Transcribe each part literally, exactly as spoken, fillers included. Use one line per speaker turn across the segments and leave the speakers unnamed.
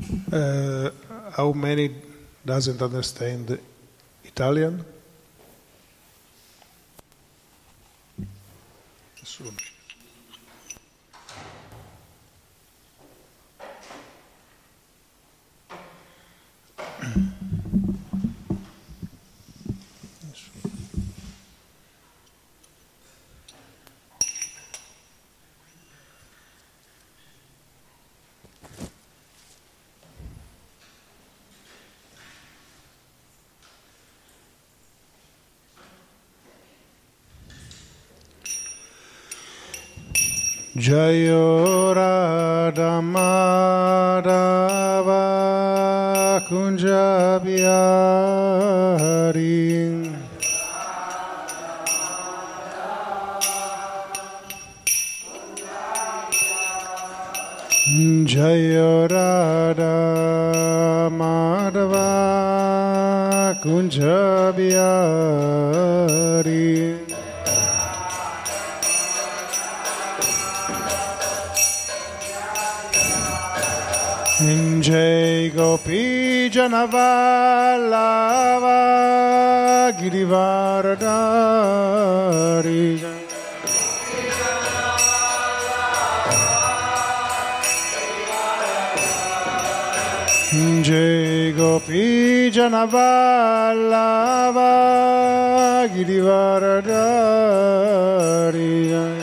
Uh, how many doesn't understand Italian? Nessuno. Jayo Radha Madhava Kunja Bihari Jayo Radha Madhava Kunja Bihari Jai Gopi Janavallava Girivaradari Jai Gopi Janavallava Girivaradari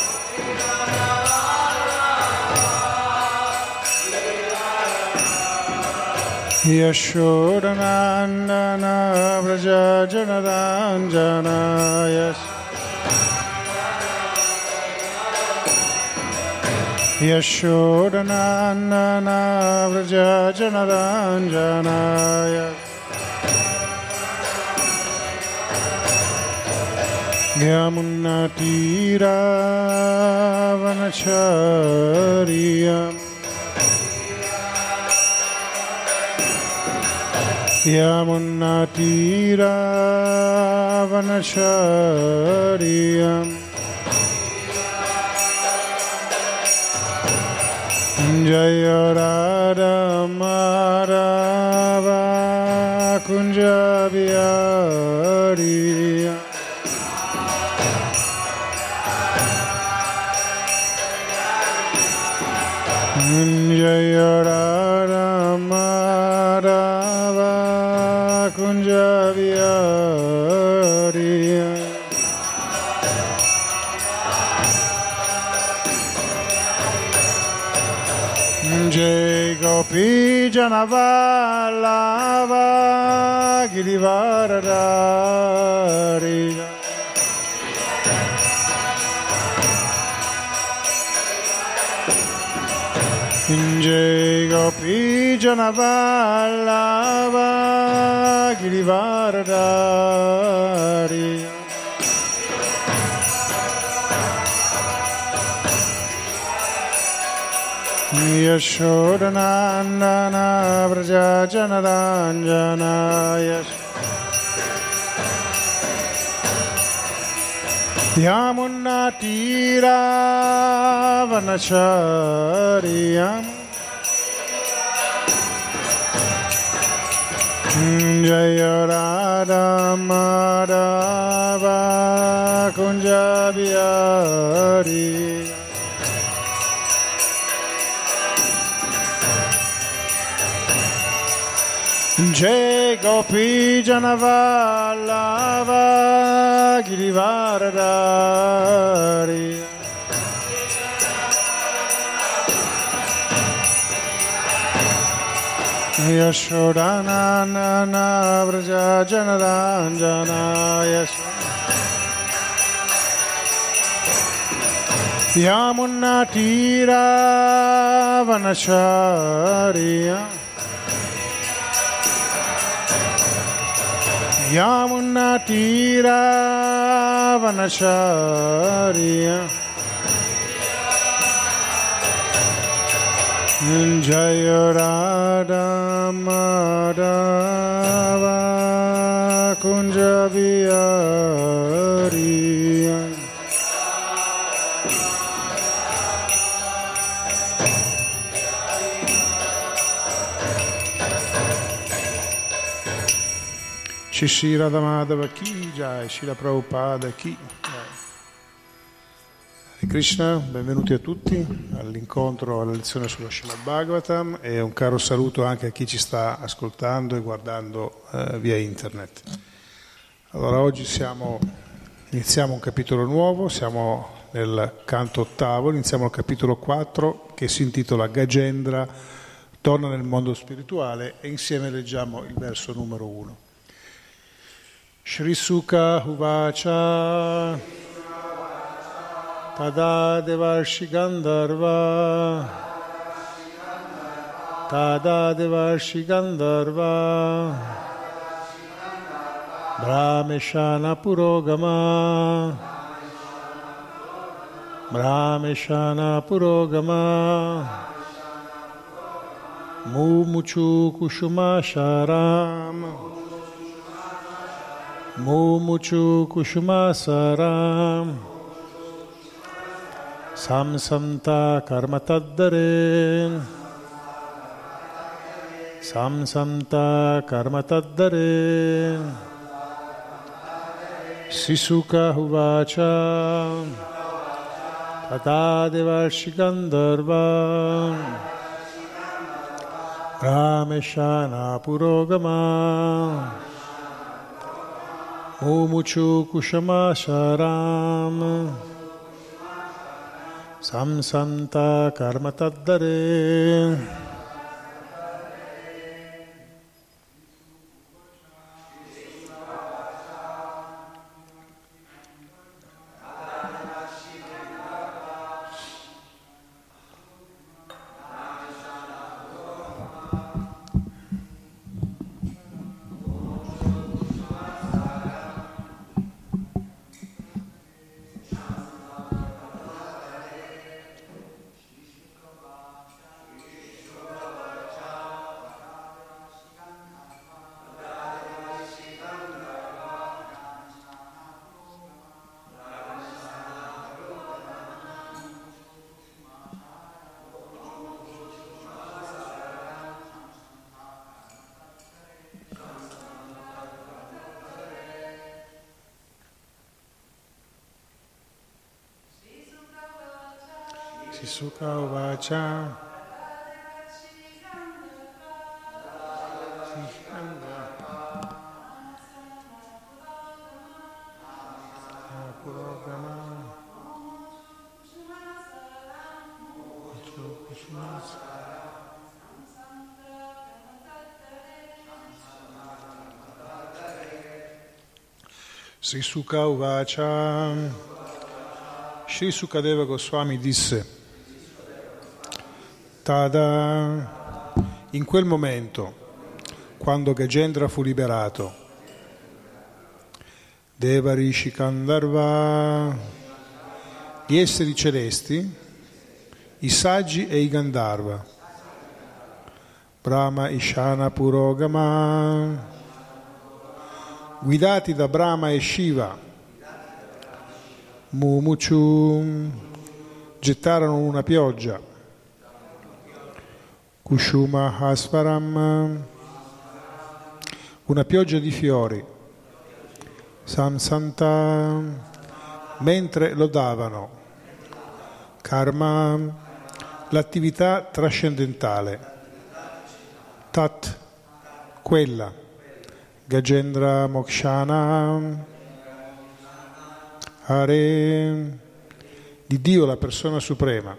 Yashodanandana Vraja Janaranjana Yash Yashodanandana Vraja Janaranjana Yash Yamunatira Vanachariyam Yamunatira Vanachariyam Jaya Radha Madhava Kunja Bihari Jaya Radha Madhava Kunja Bihari Jai Gopi Janavallava Girivaradari Jai Gopi Janavallava Girivaradari Yashodanandana Vraja Janaranjana Yash Yamunatira Vanachariyam Jaya Radha Madhava Kunja Bihari Jai Gopi Janavallava Girivaradari Yashodanandana Vraja Janaranjana Yamunatira Vanachariyam Yamunatira Vanachariyam Jaya Radha Madhava Kunja Bihari Shri Radhamadava Ki Jai, Srila Prabhupada Ki Jai. Hare Krishna, benvenuti a tutti all'incontro, alla lezione sullo Srimad Bhagavatam e un caro saluto anche a chi ci sta ascoltando e guardando eh, via internet. Allora oggi siamo, iniziamo un capitolo nuovo, siamo nel canto ottavo, iniziamo il capitolo quattro che si intitola Gajendra torna nel mondo spirituale e insieme leggiamo il verso numero uno. Shri Sukha Uvacha Tada Devarshi Gandharva Tada Devarshi Gandharva Brahmeshana Purogama Brahmeshana Purogama Mumuchu Kushumasharam Mumuchu Kushumasaram Samsamta Karmataddare Samsamta Karmataddare Sisuka Uvacha Tata Devarshi Gandharva Rameshana Purogama Mumuchu Kushamasharam Samsamta Karmataddare. Sisuka Uvacha Sri Sukha Uvacha. Sri Sukadeva Goswami disse: Tada, in quel momento, quando Gajendra fu liberato, Devarishi Gandharva, gli esseri celesti, i saggi e i Gandharva, Brahma Ishana Purogama, guidati da Brahma e Shiva, Mumuchu, gettarono una pioggia, Kushuma Hasvaram, una pioggia di fiori, Samsanta, mentre lodavano, Karma, l'attività trascendentale, Tat, quella, Gajendra Mokshana, Hare, di Dio la persona suprema.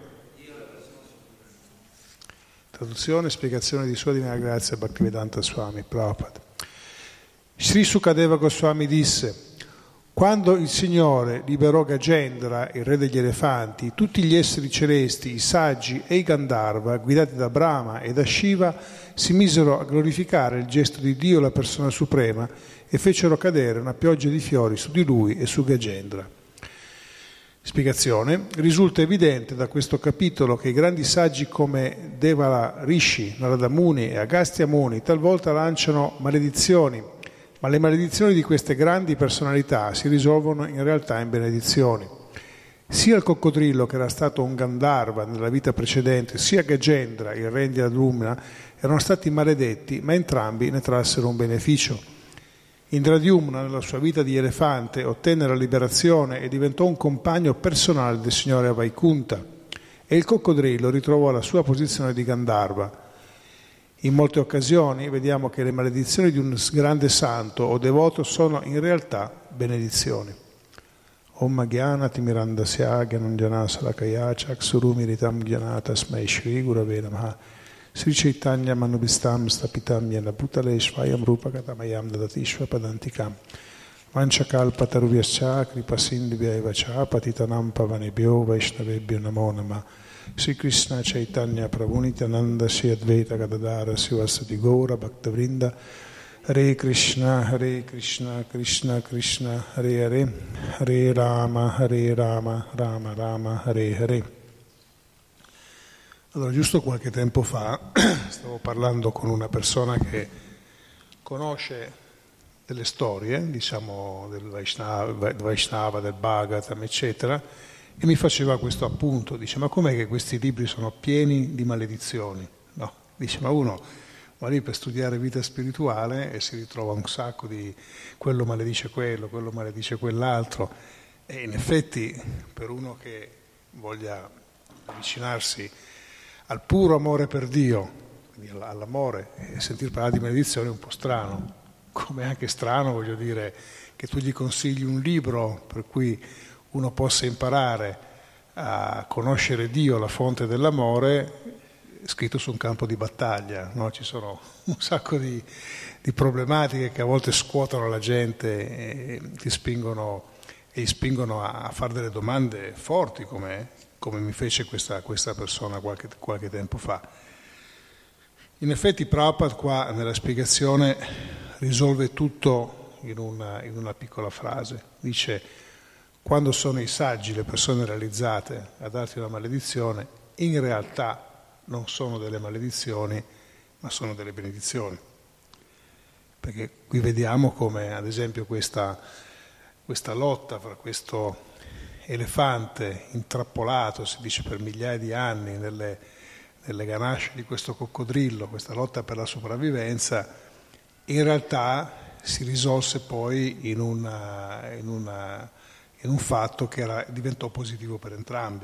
Traduzione e spiegazione di Sua Divina Grazia Bhaktivedanta Swami Prabhupada. Sri Sukadeva Goswami disse: quando il Signore liberò Gajendra, il re degli elefanti, tutti gli esseri celesti, i saggi e i Gandharva, guidati da Brahma e da Shiva, si misero a glorificare il gesto di Dio, la persona suprema, e fecero cadere una pioggia di fiori su di lui e su Gajendra. Spiegazione. Risulta evidente da questo capitolo che i grandi saggi come Devala Rishi, Narada Muni e Agastya Muni talvolta lanciano maledizioni, ma le maledizioni di queste grandi personalità si risolvono in realtà in benedizioni. Sia il coccodrillo, che era stato un Gandharva nella vita precedente, sia Gajendra, il re di Adrumna, erano stati maledetti, ma entrambi ne trassero un beneficio. Indradyumna, nella sua vita di elefante, ottenne la liberazione e diventò un compagno personale del Signore a Vaikunta, e il coccodrillo ritrovò la sua posizione di Gandharva. In molte occasioni vediamo che le maledizioni di un grande santo o devoto sono in realtà benedizioni. Om Gyana Timirandasya Gyananjana Salakaya Chaksurumiritam Gyanata Smai Shri Gurave Namaha Sri Chaitanya Manubhistam Stapitam Yena Bhutale Svayam Rupa Katamayam Dadatishva Padantikam Vanchakalpa Taruvyascha Kripasindhivya Cha Patitanam Pavanebhyo Vaishnavebhyo Namo Namah Sri Krishna Chaitanya Prabhu Nityananda Sri Advaita Gadadara Sivasati Gaura Bhaktavrinda Hare Krishna, Hare Krishna, Krishna Krishna, Hare Hare, Hare Rama, Hare Rama, Rama Rama, Hare Hare. Allora, giusto qualche tempo fa stavo parlando con una persona che conosce delle storie, diciamo, del Vaishnava, del Vaishnava, del Bhagavatam, eccetera, e mi faceva questo appunto, dice: ma com'è che questi libri sono pieni di maledizioni? No, dice: ma uno va lì per studiare vita spirituale e si ritrova un sacco di quello maledice quello, quello maledice quell'altro, e in effetti per uno che voglia avvicinarsi al puro amore per Dio, quindi all'amore, e sentir parlare di maledizione è un po' strano, come anche strano, voglio dire, che tu gli consigli un libro per cui uno possa imparare a conoscere Dio, la fonte dell'amore, scritto su un campo di battaglia, no? Ci sono un sacco di, di problematiche che a volte scuotono la gente e ti spingono, e ti spingono a fare delle domande forti, come, come mi fece questa, questa persona qualche, qualche tempo fa. In effetti Prabhupada qua nella spiegazione risolve tutto in una, in una piccola frase. Dice: quando sono i saggi, le persone realizzate, a darti una maledizione, in realtà non sono delle maledizioni, ma sono delle benedizioni. Perché qui vediamo come, ad esempio, questa, questa lotta fra questo elefante intrappolato, si dice per migliaia di anni, nelle, nelle ganasce di questo coccodrillo, questa lotta per la sopravvivenza, in realtà si risolse poi in, una, in, una, in un fatto che era, diventò positivo per entrambi.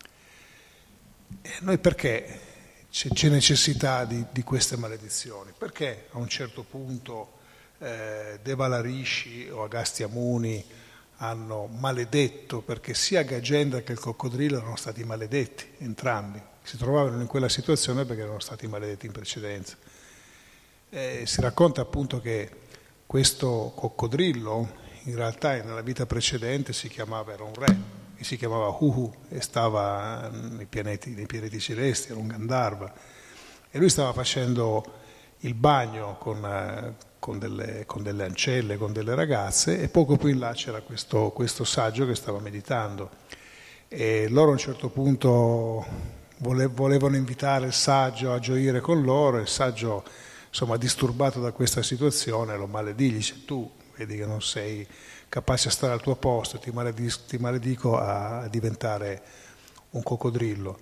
E noi perché c'è necessità di, di queste maledizioni? Perché a un certo punto eh, Devala Rishi o Agastya Muni hanno maledetto, perché sia Gajendra che il coccodrillo erano stati maledetti, entrambi, si trovavano in quella situazione perché erano stati maledetti in precedenza. Eh, si racconta appunto che questo coccodrillo in realtà nella vita precedente si chiamava, era un re, e si chiamava Huhu e stava nei pianeti, nei pianeti celesti, era un Gandharva, e lui stava facendo il bagno con, con, delle, con delle ancelle, con delle ragazze, e poco più in là c'era questo, questo saggio che stava meditando, e loro a un certo punto vole, volevano invitare il saggio a gioire con loro, e il saggio, insomma, disturbato da questa situazione, lo maledì, gli dice: tu vedi che non sei capace a stare al tuo posto, ti maledico, ti maledico a diventare un coccodrillo.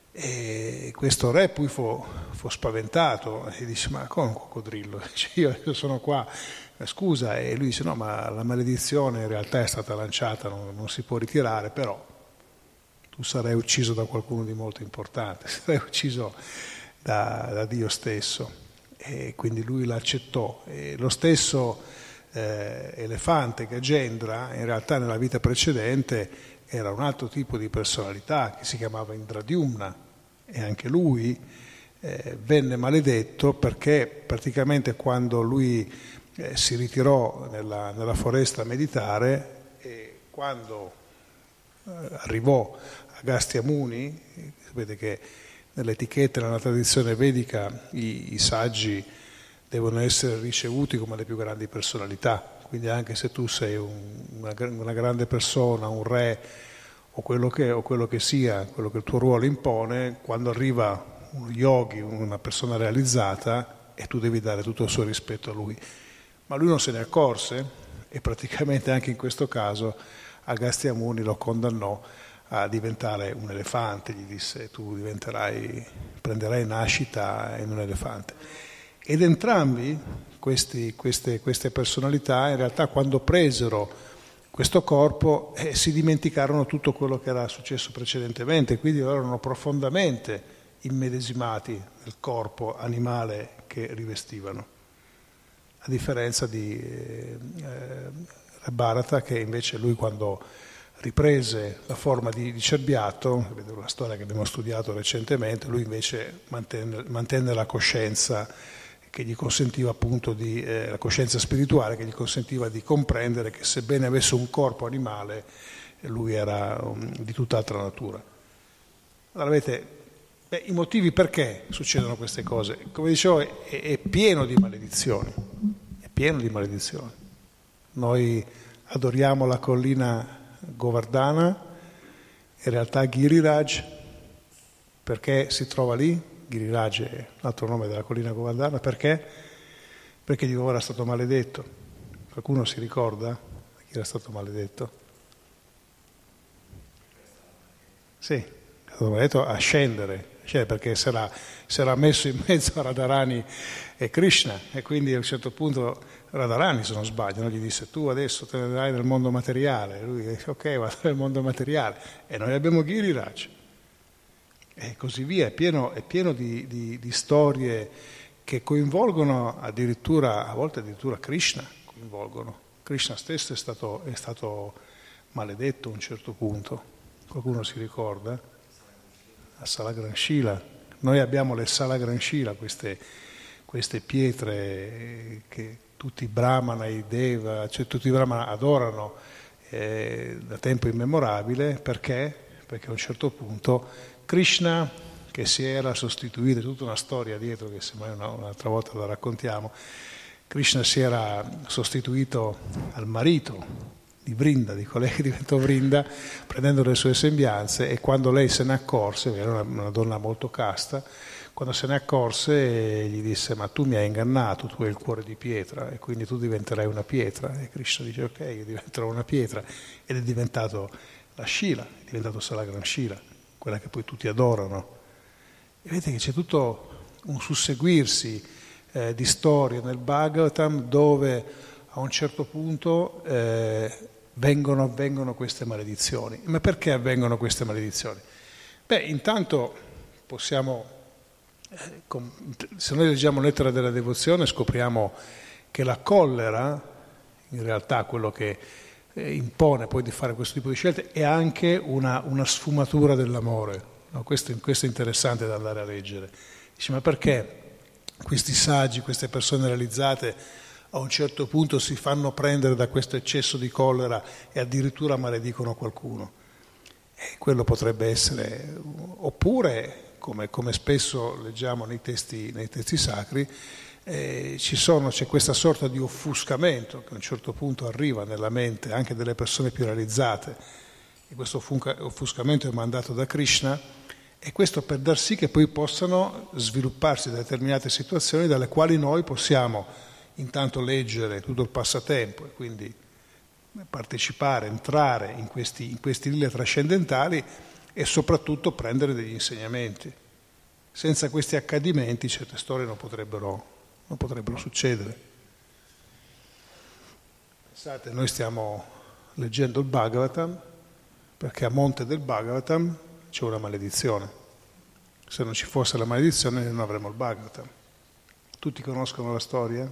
E questo re poi fu, fu spaventato e dice: ma come un coccodrillo? Dice, io, io sono qua, scusa. E lui dice: no, ma la maledizione in realtà è stata lanciata, non, non si può ritirare, però tu sarai ucciso da qualcuno di molto importante, sarai ucciso da, da Dio stesso. E quindi lui l'accettò. E lo stesso Eh, elefante Gajendra in realtà nella vita precedente era un altro tipo di personalità che si chiamava Indradyumna, e anche lui eh, venne maledetto perché praticamente quando lui eh, si ritirò nella, nella foresta a meditare, e quando eh, arrivò a Agastya Muni, sapete che nell'etichetta, nella tradizione vedica, i, i saggi devono essere ricevuti come le più grandi personalità, quindi anche se tu sei un, una, una grande persona, un re o quello, che, o quello che sia, quello che il tuo ruolo impone, quando arriva un yogi, una persona realizzata, e tu devi dare tutto il suo rispetto a lui. Ma lui non se ne accorse, e praticamente anche in questo caso Agastya Muni lo condannò a diventare un elefante, gli disse: tu diventerai, prenderai nascita in un elefante. Ed entrambi questi, queste, queste personalità, in realtà, quando presero questo corpo, eh, si dimenticarono tutto quello che era successo precedentemente, quindi loro erano profondamente immedesimati nel corpo animale che rivestivano, a differenza di eh, eh, Bharata, che invece lui, quando riprese la forma di, di cerbiato, vedo una storia che abbiamo studiato recentemente, lui invece mantenne, mantenne la coscienza che gli consentiva appunto di, eh, la coscienza spirituale che gli consentiva di comprendere che, sebbene avesse un corpo animale, lui era um, di tutt'altra natura. Allora vedete, beh, i motivi perché succedono queste cose, come dicevo, è, è pieno di maledizioni, è pieno di maledizioni. Noi adoriamo la collina Govardhana, in realtà Giriraj, perché si trova lì? Giriraj è l'altro nome della collina Govardhana, perché? Perché di nuovo era stato maledetto. Qualcuno si ricorda chi era stato maledetto? Sì, è stato maledetto a scendere, cioè perché si era, si era messo in mezzo a Radharani e Krishna, e quindi a un certo punto Radharani, se non sbaglio, gli disse: tu adesso te ne andrai nel mondo materiale. E lui disse: ok, vado nel mondo materiale, e noi abbiamo Giriraj. E così via, è pieno, è pieno di, di, di storie che coinvolgono addirittura, a volte addirittura Krishna coinvolgono. Krishna stesso è stato, è stato maledetto a un certo punto. Qualcuno si ricorda? A Salagranshila. Noi abbiamo le Salagranshila, queste, queste pietre che tutti i Brahmana, i Deva, cioè tutti i Brahmana adorano eh, da tempo immemorabile. Perché? Perché a un certo punto Krishna, che si era sostituito, è tutta una storia dietro che semmai una, un'altra volta la raccontiamo, Krishna si era sostituito al marito di Vrinda, di colei che diventò Vrinda, prendendo le sue sembianze, e quando lei se ne accorse, era una, una donna molto casta, quando se ne accorse gli disse: ma tu mi hai ingannato, tu hai il cuore di pietra e quindi tu diventerai una pietra. E Krishna dice: ok, io diventerò una pietra, ed è diventato la Shila, è diventato Salagranshila, quella che poi tutti adorano. E vedete che c'è tutto un susseguirsi eh, di storie nel Bhagavatam, dove a un certo punto eh, vengono, avvengono queste maledizioni. Ma perché avvengono queste maledizioni? Beh, intanto possiamo, eh, com- se noi leggiamo Lettera della Devozione, scopriamo che la collera, in realtà quello che impone poi di fare questo tipo di scelte, è anche una, una sfumatura dell'amore. No, questo, questo è interessante da andare a leggere. Dice: ma perché questi saggi, queste persone realizzate, a un certo punto si fanno prendere da questo eccesso di collera e addirittura maledicono qualcuno? E quello potrebbe essere, oppure, come, come spesso leggiamo nei testi, nei testi sacri, Eh, ci sono, c'è questa sorta di offuscamento che a un certo punto arriva nella mente anche delle persone più realizzate, e questo offuscamento è mandato da Krishna, e questo per dar sì che poi possano svilupparsi determinate situazioni dalle quali noi possiamo intanto leggere tutto il passatempo e quindi partecipare, entrare in questi, in questi lila trascendentali e soprattutto prendere degli insegnamenti. Senza questi accadimenti certe storie non potrebbero non potrebbero succedere. Pensate, noi stiamo leggendo il Bhagavatam perché a monte del Bhagavatam c'è una maledizione. Se non ci fosse la maledizione non avremmo il Bhagavatam. Tutti conoscono la storia?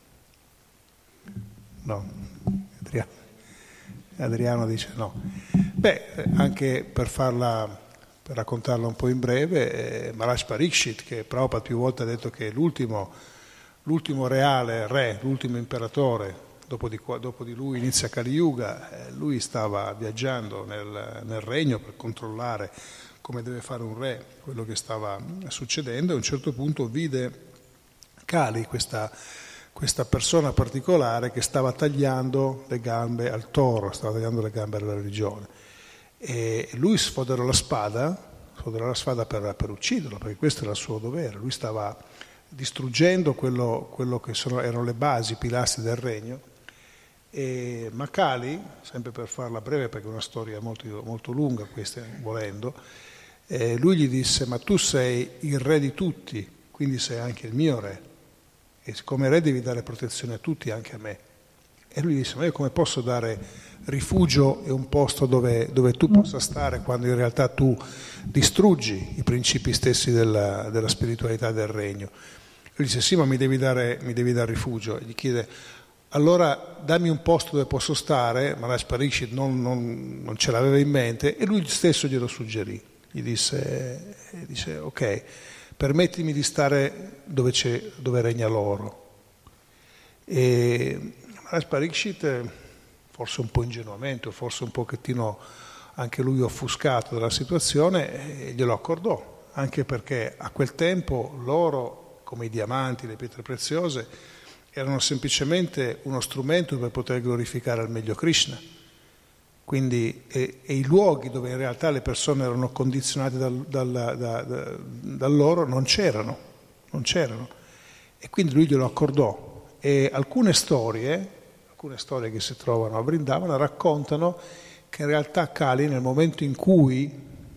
No. Adriano, Adriano dice no. Beh, anche per farla, per raccontarla un po' in breve, eh, Maharaj Parikshit, che Prabhupada più volte ha detto che è l'ultimo L'ultimo reale re, l'ultimo imperatore, dopo di, dopo di lui inizia Kali Yuga, eh, lui stava viaggiando nel, nel regno per controllare come deve fare un re, quello che stava succedendo, e a un certo punto vide Kali, questa, questa persona particolare che stava tagliando le gambe al toro, stava tagliando le gambe alla religione. E lui sfoderò la spada, sfoderò la spada per, per ucciderlo, perché questo era il suo dovere. Lui stava distruggendo quello, quello che sono, erano le basi, i pilastri del regno. E Kali, sempre per farla breve perché è una storia molto, molto lunga questa, volendo, eh, lui gli disse: ma tu sei il re di tutti, quindi sei anche il mio re. e siccome re devi dare protezione a tutti, anche a me. E lui disse, ma io come posso dare rifugio e un posto dove, dove tu possa stare quando in realtà tu distruggi i principi stessi della, della spiritualità del regno? Lui dice, sì, ma mi devi dare, mi devi dare rifugio. E gli chiede, allora dammi un posto dove posso stare. Maharaj Pariksit non, non, non ce l'aveva in mente e lui stesso glielo suggerì. Gli disse, dice, ok, permettimi di stare dove, c'è, dove regna l'oro. E Maharaj Pariksit, forse un po' ingenuamente, forse un pochettino anche lui offuscato dalla situazione, glielo accordò, anche perché a quel tempo l'oro, come i diamanti, le pietre preziose, erano semplicemente uno strumento per poter glorificare al meglio Krishna. Quindi, e, e i luoghi dove in realtà le persone erano condizionate dal, dal, da, da, dall'oro non c'erano, non c'erano. E quindi lui glielo accordò. E alcune storie, alcune storie che si trovano a Vrindavana raccontano che in realtà Kali, nel momento in cui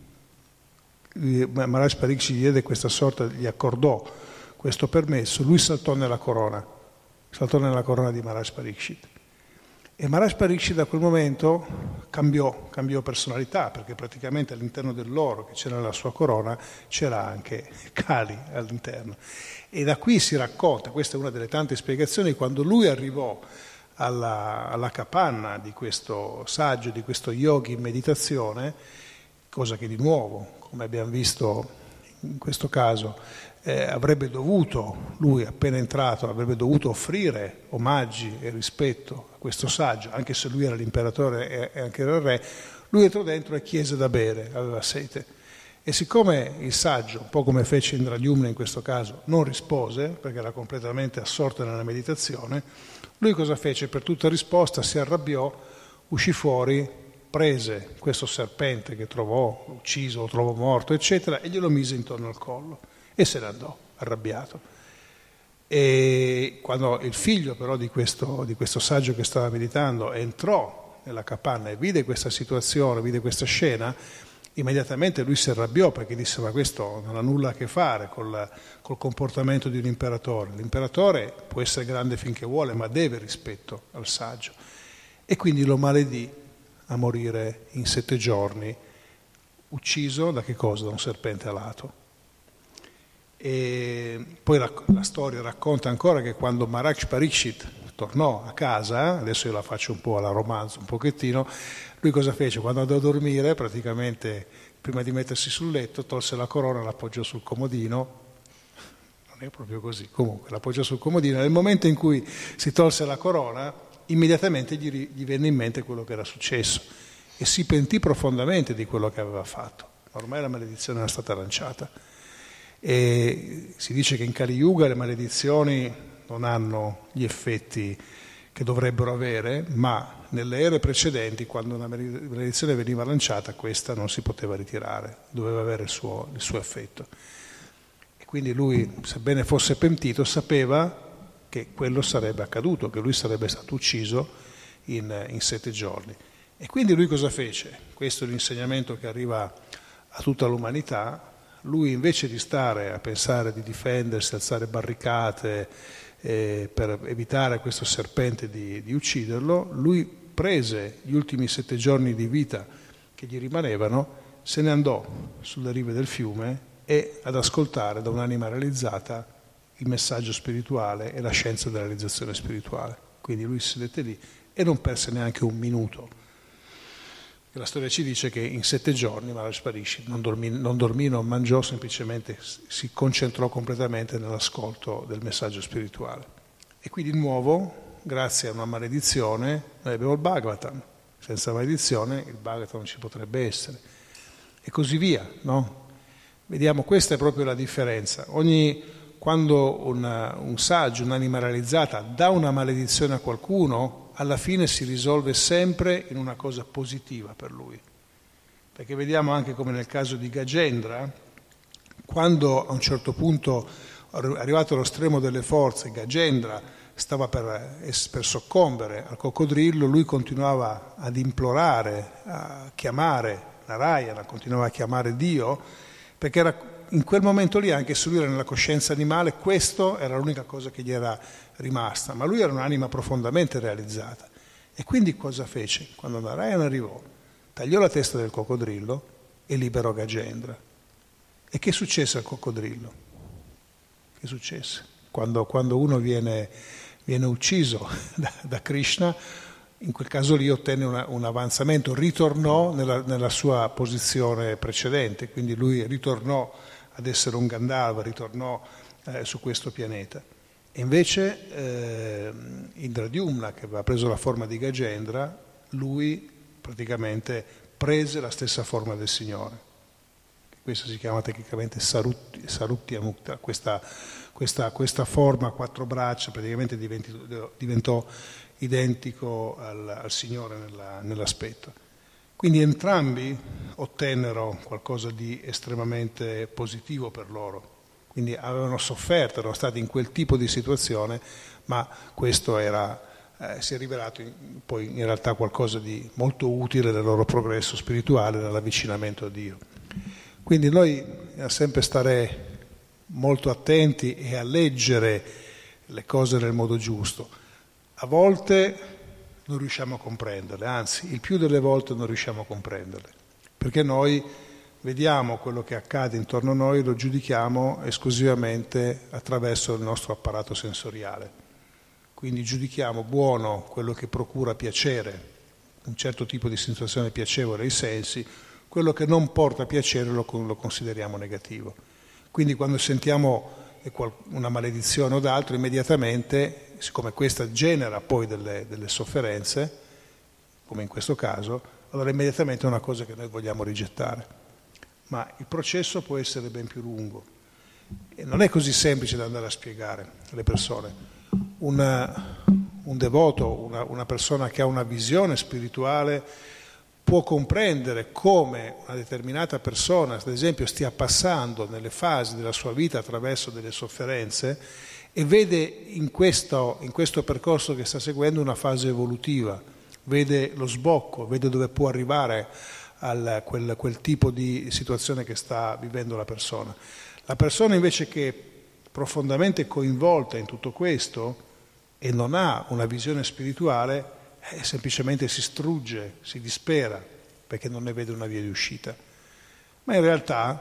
Maharaj Pariksit gli diede questa sorta, gli accordò questo permesso, lui saltò nella corona, saltò nella corona di Maharaj Pariksit. E Maharaj Pariksit da quel momento cambiò, cambiò personalità, perché praticamente all'interno dell'oro che c'era nella sua corona c'era anche Kali all'interno. E da qui si racconta, questa è una delle tante spiegazioni, quando lui arrivò alla, alla capanna di questo saggio, di questo yogi in meditazione, cosa che di nuovo, come abbiamo visto in questo caso, eh, avrebbe dovuto, lui appena entrato, avrebbe dovuto offrire omaggi e rispetto a questo saggio, anche se lui era l'imperatore e anche era il re. Lui entrò dentro e chiese da bere, aveva sete. E siccome il saggio, un po' come fece Indradyumna in questo caso, non rispose, perché era completamente assorto nella meditazione, lui cosa fece? Per tutta risposta si arrabbiò, uscì fuori, prese questo serpente che trovò ucciso, lo trovò morto, eccetera, e glielo mise intorno al collo e se ne andò, arrabbiato. E quando il figlio però di questo, di questo saggio che stava meditando entrò nella capanna e vide questa situazione, vide questa scena, immediatamente lui si arrabbiò perché disse, ma questo non ha nulla a che fare col, col comportamento di un imperatore. L'imperatore può essere grande finché vuole, ma deve rispetto al saggio. E quindi lo maledì a morire in sette giorni, ucciso da che cosa? Da un serpente alato. E poi la, la storia racconta ancora che quando Maharaj Pariksit tornò a casa, adesso io la faccio un po' alla romanzo, un pochettino, lui cosa fece? Quando andò a dormire, praticamente, prima di mettersi sul letto, tolse la corona, l'appoggiò sul comodino, non è proprio così, comunque l'appoggiò sul comodino, nel momento in cui si tolse la corona, immediatamente gli, gli venne in mente quello che era successo e si pentì profondamente di quello che aveva fatto. Ormai la maledizione era stata lanciata. E si dice che in Kali Yuga le maledizioni non hanno gli effetti che dovrebbero avere, ma nelle ere precedenti, quando una maledizione veniva lanciata, questa non si poteva ritirare, doveva avere il suo, il suo effetto. E quindi lui, sebbene fosse pentito, sapeva che quello sarebbe accaduto, che lui sarebbe stato ucciso in, in sette giorni. E quindi lui cosa fece? Questo è l'insegnamento che arriva a tutta l'umanità. Lui invece di stare a pensare di difendersi, alzare barricate eh, per evitare a questo serpente di, di ucciderlo, lui prese gli ultimi sette giorni di vita che gli rimanevano, se ne andò sulle rive del fiume e ad ascoltare da un'anima realizzata il messaggio spirituale e la scienza della realizzazione spirituale. Quindi lui si sedette lì e non perse neanche un minuto. La storia ci dice che in sette giorni Maharaj Pariksit non dormì, non dormì, non mangiò, semplicemente si concentrò completamente nell'ascolto del messaggio spirituale. E qui di nuovo, grazie a una maledizione, noi abbiamo il Bhagavatam. Senza maledizione il Bhagavatam non ci potrebbe essere. E così via, no? Vediamo, questa è proprio la differenza. Ogni, quando una, un saggio, un'anima realizzata, dà una maledizione a qualcuno, alla fine si risolve sempre in una cosa positiva per lui. Perché vediamo anche come nel caso di Gajendra, quando a un certo punto, arrivato allo stremo delle forze, Gajendra stava per, per soccombere al coccodrillo, lui continuava ad implorare, a chiamare Narayana, continuava a chiamare Dio, perché era in quel momento lì, anche se lui era nella coscienza animale, questo era l'unica cosa che gli era rimasta, ma lui era un'anima profondamente realizzata. E quindi cosa fece? Quando Narayana arrivò, tagliò la testa del coccodrillo e liberò Gajendra. E che successe al coccodrillo? Che successe? Quando, quando uno viene, viene ucciso da, da Krishna, in quel caso lì ottenne una, un avanzamento, ritornò nella, nella sua posizione precedente, quindi lui ritornò ad essere un Gandharva, ritornò eh, su questo pianeta. E invece eh, Indradyumna, che aveva preso la forma di Gajendra, lui praticamente prese la stessa forma del Signore. Questa si chiama tecnicamente Sarutti, Sarutya Mukta, questa, questa, questa forma a quattro braccia praticamente diventi, diventò identico al, al Signore nella, nell'aspetto. Quindi entrambi ottennero qualcosa di estremamente positivo per loro. Quindi avevano sofferto, erano stati in quel tipo di situazione, ma questo era, eh, si è rivelato in, poi in realtà qualcosa di molto utile nel loro progresso spirituale, nell'avvicinamento a Dio. Quindi noi dobbiamo sempre stare molto attenti e a leggere le cose nel modo giusto. A volte non riusciamo a comprenderle, anzi, il più delle volte non riusciamo a comprenderle, perché noi vediamo quello che accade intorno a noi, lo giudichiamo esclusivamente attraverso il nostro apparato sensoriale. Quindi giudichiamo buono quello che procura piacere, un certo tipo di sensazione piacevole ai sensi, quello che non porta piacere lo, lo consideriamo negativo. Quindi quando sentiamo una maledizione o d'altro, immediatamente, siccome questa genera poi delle, delle sofferenze, come in questo caso, allora immediatamente è una cosa che noi vogliamo rigettare. Ma il processo può essere ben più lungo e non è così semplice da andare a spiegare alle persone. Una, un devoto, una, una persona che ha una visione spirituale può comprendere come una determinata persona, ad esempio, stia passando nelle fasi della sua vita attraverso delle sofferenze e vede in questo, in questo percorso che sta seguendo una fase evolutiva, vede lo sbocco, vede dove può arrivare a quel, quel tipo di situazione che sta vivendo la persona. La persona invece che è profondamente coinvolta in tutto questo e non ha una visione spirituale, Eh, semplicemente si strugge, si dispera perché non ne vede una via di uscita. Ma in realtà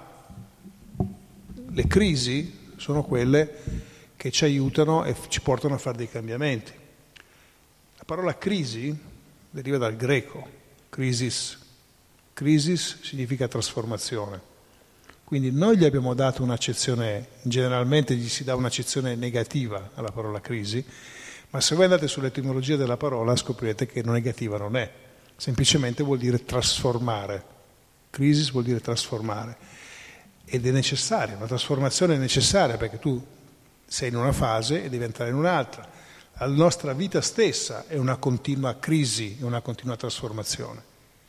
le crisi sono quelle che ci aiutano e ci portano a fare dei cambiamenti. La parola crisi deriva dal greco, crisis. Crisis significa trasformazione. Quindi noi gli abbiamo dato un'accezione, generalmente gli si dà un'accezione negativa alla parola crisi, ma se voi andate sull'etimologia della parola scoprirete che negativa non è, semplicemente vuol dire trasformare. Crisis vuol dire trasformare ed è necessaria, una trasformazione è necessaria perché tu sei in una fase e devi entrare in un'altra. La nostra vita stessa è una continua crisi, è una continua trasformazione.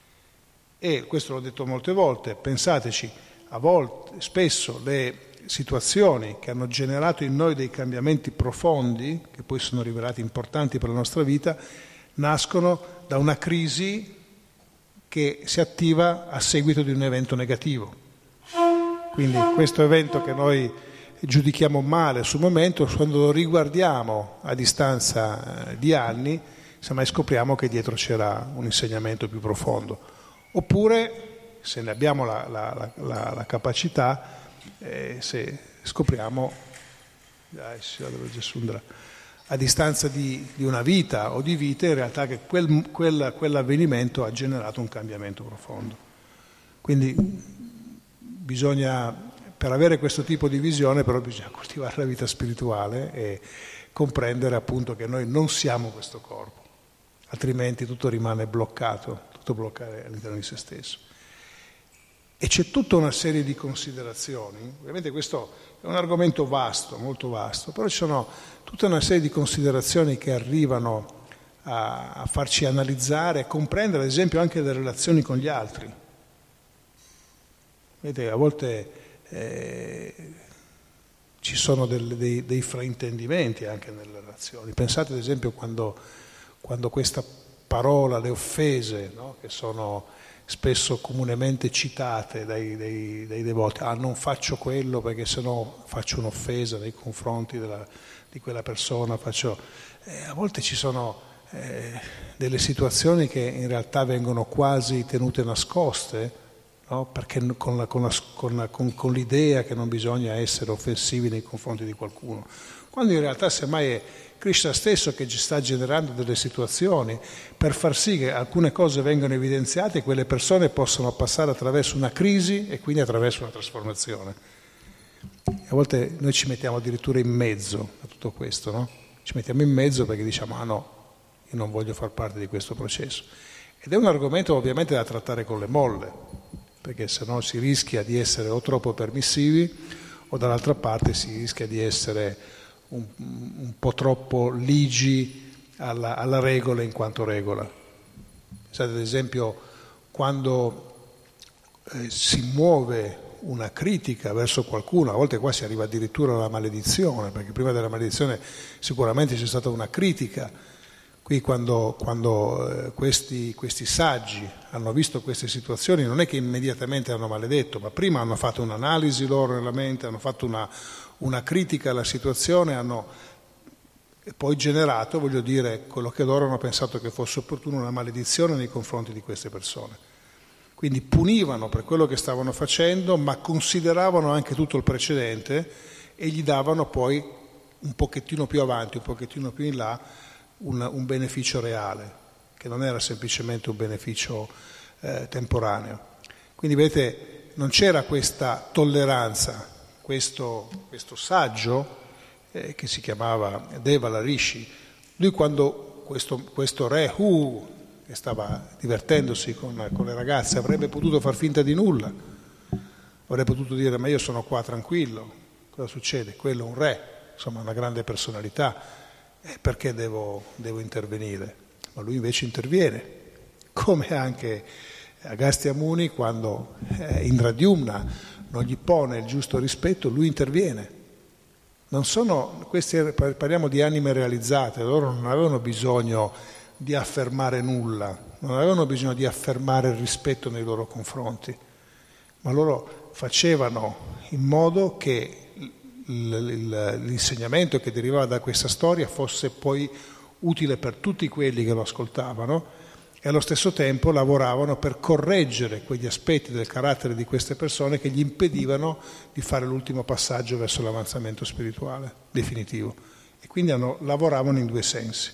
E questo l'ho detto molte volte, pensateci, a volte, spesso le situazioni che hanno generato in noi dei cambiamenti profondi, che poi sono rivelati importanti per la nostra vita, nascono da una crisi che si attiva a seguito di un evento negativo. Quindi questo evento che noi giudichiamo male sul momento, quando lo riguardiamo a distanza di anni, semmai scopriamo che dietro c'era un insegnamento più profondo. Oppure, se ne abbiamo la, la, la, la capacità, Eh, se scopriamo a distanza di, di una vita o di vite in realtà che quel, quel, quell'avvenimento ha generato un cambiamento profondo. Quindi bisogna, per avere questo tipo di visione, però bisogna coltivare la vita spirituale e comprendere appunto che noi non siamo questo corpo, altrimenti tutto rimane bloccato, tutto bloccare all'interno di se stesso. E c'è tutta una serie di considerazioni, ovviamente questo è un argomento vasto, molto vasto, però ci sono tutta una serie di considerazioni che arrivano a, a farci analizzare e comprendere, ad esempio, anche le relazioni con gli altri. Vedete, a volte eh, ci sono del, dei, dei fraintendimenti anche nelle relazioni. Pensate, ad esempio, quando, quando questa parola, le offese, no, che sono spesso comunemente citate dai, dai, dai devoti. Ah, non faccio quello perché sennò faccio un'offesa nei confronti della, di quella persona. Faccio... Eh, a volte ci sono eh, delle situazioni che in realtà vengono quasi tenute nascoste, no? Perché con, la, con, la, con, la, con, con l'idea che non bisogna essere offensivi nei confronti di qualcuno, quando in realtà semmai è Krishna stesso che ci sta generando delle situazioni per far sì che alcune cose vengano evidenziate e quelle persone possano passare attraverso una crisi e quindi attraverso una trasformazione. E a volte noi ci mettiamo addirittura in mezzo a tutto questo, no? Ci mettiamo in mezzo perché diciamo ah no, io non voglio far parte di questo processo. Ed è un argomento ovviamente da trattare con le molle, perché se no si rischia di essere o troppo permissivi o dall'altra parte si rischia di essere un, un po' troppo ligi alla, alla regola in quanto regola. Pensate ad esempio quando eh, si muove una critica verso qualcuno, a volte qua si arriva addirittura alla maledizione, perché prima della maledizione sicuramente c'è stata una critica. Qui quando, quando eh, questi, questi saggi hanno visto queste situazioni non è che immediatamente hanno maledetto, ma prima hanno fatto un'analisi loro nella mente, hanno fatto una, una critica alla situazione, hanno poi generato, voglio dire, quello che loro hanno pensato che fosse opportuno, una maledizione nei confronti di queste persone. Quindi punivano per quello che stavano facendo, ma consideravano anche tutto il precedente e gli davano poi un pochettino più avanti, un pochettino più in là, un, un beneficio reale, che non era semplicemente un beneficio eh, temporaneo. Quindi vedete, non c'era questa tolleranza. Questo, questo saggio, eh, che si chiamava Devala Rishi, lui quando questo, questo re Hu, che stava divertendosi con, con le ragazze, avrebbe potuto far finta di nulla, avrebbe potuto dire ma io sono qua tranquillo, cosa succede? Quello è un re, insomma una grande personalità, eh, perché devo, devo intervenire? Ma lui invece interviene, come anche Agastya Muni quando eh, Indradyumna non gli pone il giusto rispetto, lui interviene. Non sono, questi, parliamo di anime realizzate, loro non avevano bisogno di affermare nulla, non avevano bisogno di affermare il rispetto nei loro confronti, ma loro facevano in modo che l'insegnamento che derivava da questa storia fosse poi utile per tutti quelli che lo ascoltavano e allo stesso tempo lavoravano per correggere quegli aspetti del carattere di queste persone che gli impedivano di fare l'ultimo passaggio verso l'avanzamento spirituale definitivo. E quindi hanno, lavoravano in due sensi.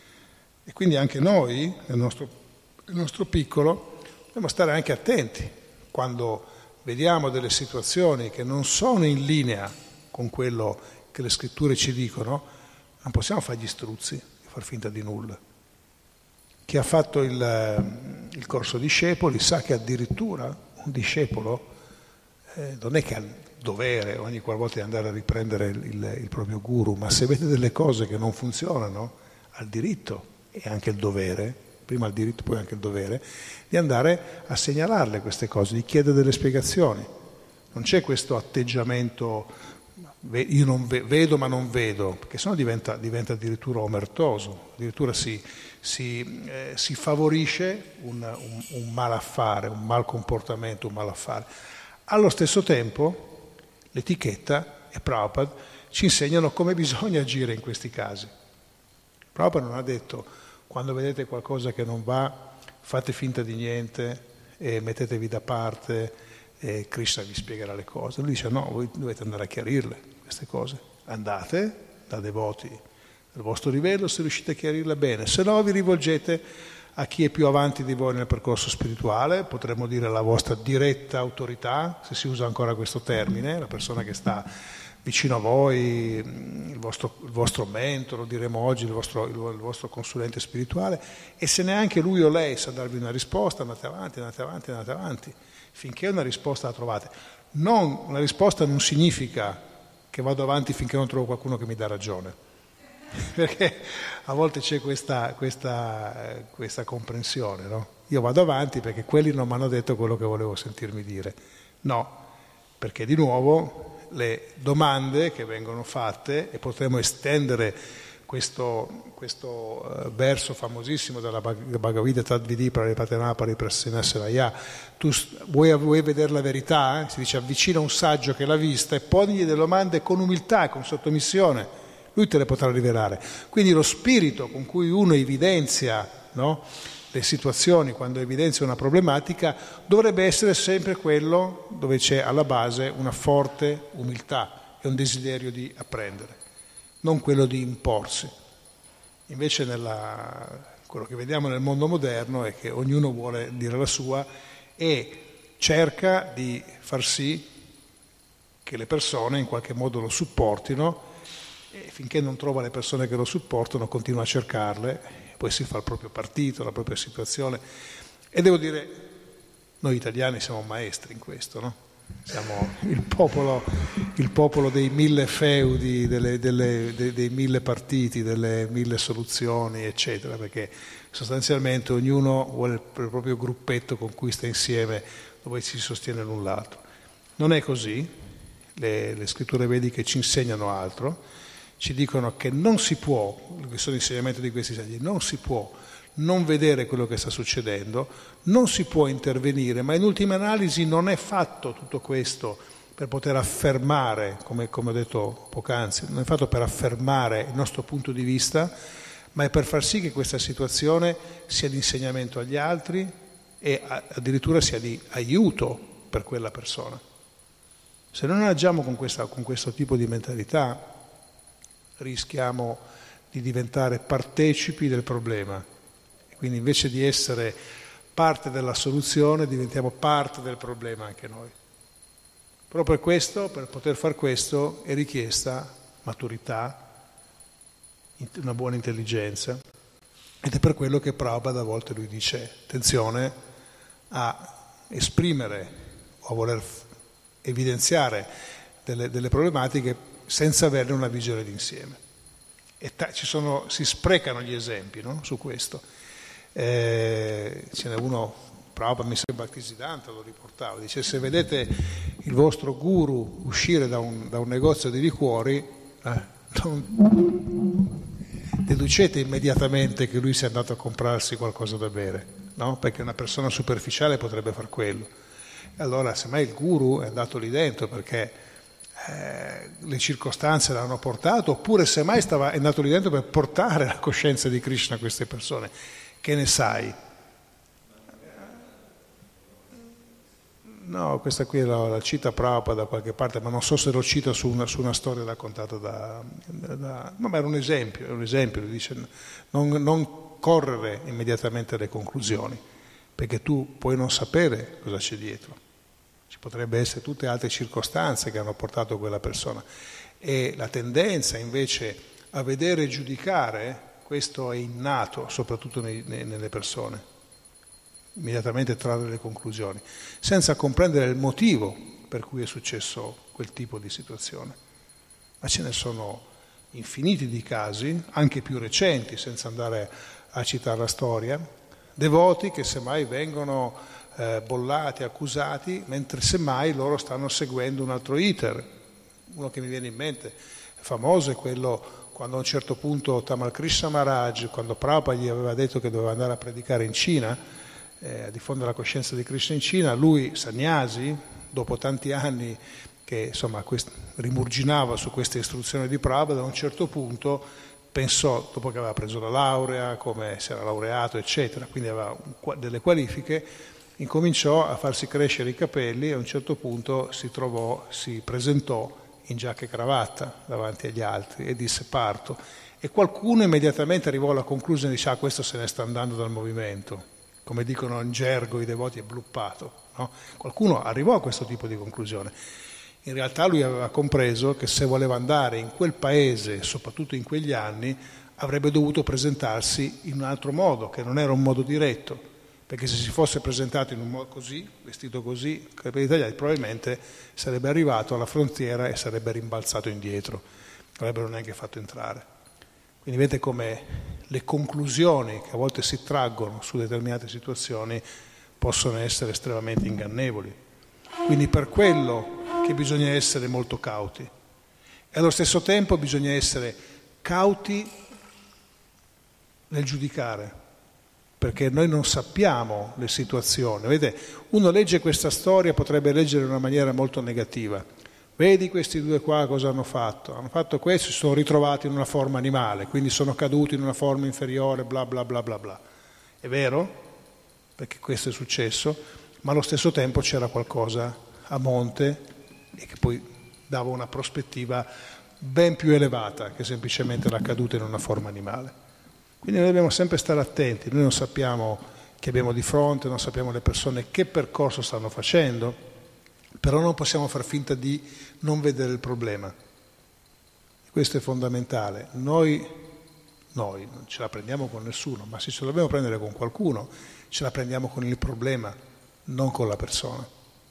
E quindi anche noi, nel nostro, nel nostro piccolo, dobbiamo stare anche attenti quando vediamo delle situazioni che non sono in linea con quello che le scritture ci dicono, non possiamo fare gli struzzi e far finta di nulla. Chi ha fatto il, il corso discepoli sa che addirittura un discepolo eh, non è che ha il dovere ogni qualvolta di andare a riprendere il, il, il proprio guru, ma se vede delle cose che non funzionano, ha il diritto e anche il dovere, prima il diritto poi anche il dovere, di andare a segnalarle queste cose, di chiedere delle spiegazioni. Non c'è questo atteggiamento, io non vedo ma non vedo, perché sennò diventa, diventa addirittura omertoso, addirittura si, si, eh, si favorisce un, un, un malaffare, un mal comportamento, un malaffare. Allo stesso tempo l'etichetta e Prabhupada ci insegnano come bisogna agire in questi casi. Prabhupada non ha detto quando vedete qualcosa che non va fate finta di niente e mettetevi da parte e Krishna vi spiegherà le cose. Lui dice no, voi dovete andare a chiarirle queste cose, andate da devoti del vostro livello se riuscite a chiarirle bene, se no vi rivolgete a chi è più avanti di voi nel percorso spirituale, potremmo dire la vostra diretta autorità, se si usa ancora questo termine, la persona che sta vicino a voi, il vostro, il vostro mentore, lo diremo oggi, il vostro, il, il vostro consulente spirituale, e se neanche lui o lei sa darvi una risposta, andate avanti, andate avanti, andate avanti, finché una risposta la trovate. Non, una risposta non significa che vado avanti finché non trovo qualcuno che mi dà ragione, perché a volte c'è questa, questa, questa comprensione, no? Io vado avanti perché quelli non mi hanno detto quello che volevo sentirmi dire. No, perché di nuovo le domande che vengono fatte, e potremo estendere questo, questo uh, verso famosissimo della Bhagavad Gita, Tadvidi Praripatanā Pariprassinasya, tu vuoi, vuoi vedere la verità? Eh? Si dice avvicina un saggio che l'ha vista e ponigli delle domande con umiltà, con sottomissione, lui te le potrà rivelare. Quindi lo spirito con cui uno evidenzia, no, le situazioni, quando evidenzia una problematica, dovrebbe essere sempre quello dove c'è alla base una forte umiltà e un desiderio di apprendere, non quello di imporsi. Invece nella, quello che vediamo nel mondo moderno è che ognuno vuole dire la sua e cerca di far sì che le persone in qualche modo lo supportino, e finché non trova le persone che lo supportano continua a cercarle, poi si fa il proprio partito, la propria situazione. E devo dire, noi italiani siamo maestri in questo, no? Siamo il popolo, il popolo dei mille feudi, delle, delle, dei, dei mille partiti, delle mille soluzioni, eccetera, perché sostanzialmente ognuno vuole il proprio gruppetto con cui sta insieme, dove si sostiene l'un l'altro. Non è così, le, le scritture vediche ci insegnano altro, ci dicono che non si può, che sono insegnamenti di questi saggi, non si può non vedere quello che sta succedendo, non si può intervenire, ma in ultima analisi non è fatto tutto questo per poter affermare, come, come ho detto poc'anzi, non è fatto per affermare il nostro punto di vista, ma è per far sì che questa situazione sia di insegnamento agli altri e addirittura sia di aiuto per quella persona. Se non agiamo con, questa, con questo tipo di mentalità, rischiamo di diventare partecipi del problema. Quindi invece di essere parte della soluzione diventiamo parte del problema anche noi. Proprio per questo, per poter far questo, è richiesta maturità, una buona intelligenza, ed è per quello che Prabhupada a volte lui dice attenzione a esprimere o a voler evidenziare delle, delle problematiche senza averne una visione d'insieme. E ta- ci sono, si sprecano gli esempi, no? Su questo. Eh, ce n'è uno, Prabhupada, mi sembra Bhaktisiddhanta lo riportava, dice se vedete il vostro guru uscire da un, da un negozio di liquori, eh, non deducete immediatamente che lui sia andato a comprarsi qualcosa da bere, no? Perché una persona superficiale potrebbe far quello. E allora semmai il guru è andato lì dentro perché Eh, le circostanze l'hanno portato, oppure semmai stava, è andato lì dentro per portare la coscienza di Krishna a queste persone. Che ne sai? No, questa qui la, la cita Prabhupada da qualche parte, ma non so se lo cita su una, su una storia raccontata da, da... No, ma era un esempio, è un esempio, lui dice non, non correre immediatamente alle conclusioni, perché tu puoi non sapere cosa c'è dietro. Ci potrebbe essere tutte altre circostanze che hanno portato quella persona, e la tendenza invece a vedere e giudicare, questo è innato soprattutto nei, nei, nelle persone, immediatamente trarre le conclusioni senza comprendere il motivo per cui è successo quel tipo di situazione. Ma ce ne sono infiniti di casi, anche più recenti, senza andare a citare la storia, devoti che semmai vengono Eh, bollati, accusati, mentre semmai loro stanno seguendo un altro iter. Uno che mi viene in mente famoso è quello quando a un certo punto Tamal Krishna Maharaj, quando Prabhupada gli aveva detto che doveva andare a predicare in Cina, eh, a diffondere la coscienza di Krishna in Cina, lui, Sannyasi, dopo tanti anni che insomma quest- rimurginava su queste istruzioni di Prabhupada, a un certo punto pensò, dopo che aveva preso la laurea, come si era laureato, eccetera, quindi aveva un, delle qualifiche, incominciò a farsi crescere i capelli e a un certo punto si trovò, si presentò in giacca e cravatta davanti agli altri e disse parto. E qualcuno immediatamente arrivò alla conclusione e dice ah, questo se ne sta andando dal movimento, come dicono in gergo i devoti, è bluppato, no? Qualcuno arrivò a questo tipo di conclusione. In realtà lui aveva compreso che se voleva andare in quel paese, soprattutto in quegli anni, avrebbe dovuto presentarsi in un altro modo, che non era un modo diretto. Perché se si fosse presentato in un modo così, vestito così, con i capelli tagliati, probabilmente sarebbe arrivato alla frontiera e sarebbe rimbalzato indietro, non avrebbero neanche fatto entrare. Quindi vedete come le conclusioni che a volte si traggono su determinate situazioni possono essere estremamente ingannevoli. Quindi per quello che bisogna essere molto cauti. E allo stesso tempo bisogna essere cauti nel giudicare, perché noi non sappiamo le situazioni. Vedete, uno legge questa storia, potrebbe leggere in una maniera molto negativa. Vedi questi due qua cosa hanno fatto? Hanno fatto questo, si sono ritrovati in una forma animale, quindi sono caduti in una forma inferiore, bla bla bla bla bla. È vero, perché questo è successo, ma allo stesso tempo c'era qualcosa a monte e che poi dava una prospettiva ben più elevata che semplicemente la caduta in una forma animale. Quindi noi dobbiamo sempre stare attenti, noi non sappiamo chi abbiamo di fronte, non sappiamo le persone che percorso stanno facendo, però non possiamo far finta di non vedere il problema. Questo è fondamentale. Noi, noi non ce la prendiamo con nessuno, ma se ce la dobbiamo prendere con qualcuno, ce la prendiamo con il problema, non con la persona.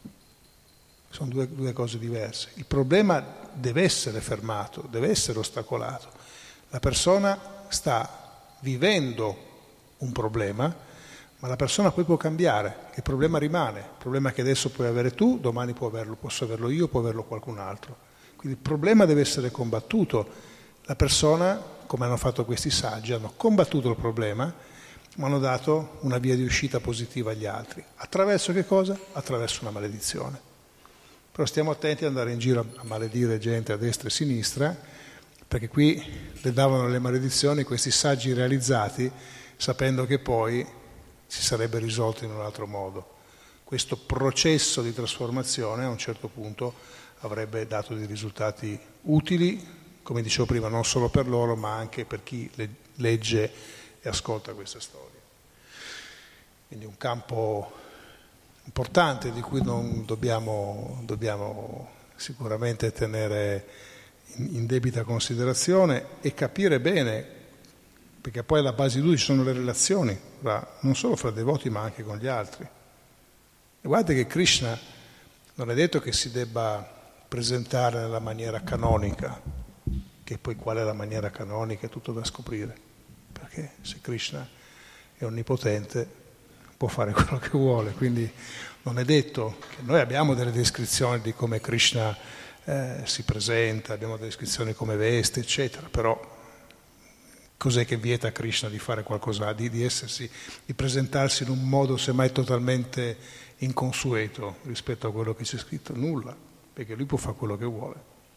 Sono due, due cose diverse. Il problema deve essere fermato, deve essere ostacolato. La persona sta vivendo un problema, ma la persona poi può cambiare, il problema rimane, il problema che adesso puoi avere tu, domani può averlo, posso averlo io, può averlo qualcun altro. Quindi il problema deve essere combattuto. La persona, come hanno fatto questi saggi, hanno combattuto il problema, ma hanno dato una via di uscita positiva agli altri. Attraverso che cosa? Attraverso una maledizione. Però stiamo attenti ad andare in giro a maledire gente a destra e a sinistra, perché qui le davano le maledizioni questi saggi realizzati sapendo che poi si sarebbe risolto in un altro modo. Questo processo di trasformazione a un certo punto avrebbe dato dei risultati utili, come dicevo prima, non solo per loro ma anche per chi legge e ascolta questa storia. Quindi un campo importante di cui non dobbiamo, dobbiamo sicuramente tenere in debita considerazione e capire bene, perché poi alla base di lui ci sono le relazioni, fra, non solo fra devoti ma anche con gli altri. E guardate che Krishna non è detto che si debba presentare nella maniera canonica, che poi qual è la maniera canonica è tutto da scoprire, perché se Krishna è onnipotente può fare quello che vuole, quindi non è detto che noi abbiamo delle descrizioni di come Krishna eh, si presenta, abbiamo delle descrizioni come veste, eccetera, però cos'è che vieta a Krishna di fare qualcosa, di, di essersi, di presentarsi in un modo semmai totalmente inconsueto rispetto a quello che c'è scritto? Nulla, perché lui può fare quello che vuole.